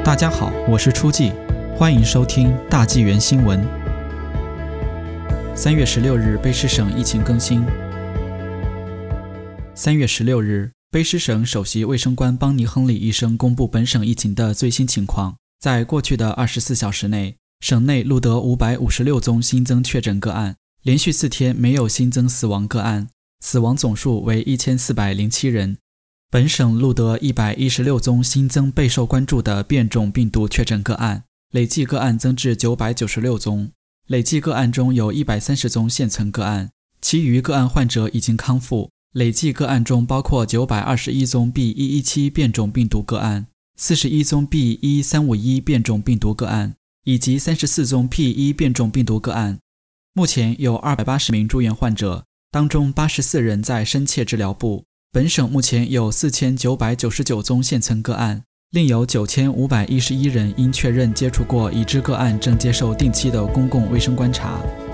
大家好，我是初季，欢迎收听大纪元新闻。3月16日，卑诗省疫情更新。3月16日，卑诗省首席卫生官邦尼·亨利医生公布本省疫情的最新情况。在过去的24小时内，省内录得556宗新增确诊个案，连续4天没有新增死亡个案，死亡总数为1407人。本省录得116宗新增备受关注的变种病毒确诊个案，累计个案增至996宗。累计个案中有130宗现存个案，其余个案患者已经康复。累计个案中包括921宗 B.1.1.7 变种病毒个案，41宗 B.1.351 变种病毒个案，以及34宗 P.1 变种病毒个案。目前有280名住院患者，当中84人在深切治疗部。本省目前有4999宗现存个案，另有9511人因确认接触过已知个案正接受定期的公共卫生观察。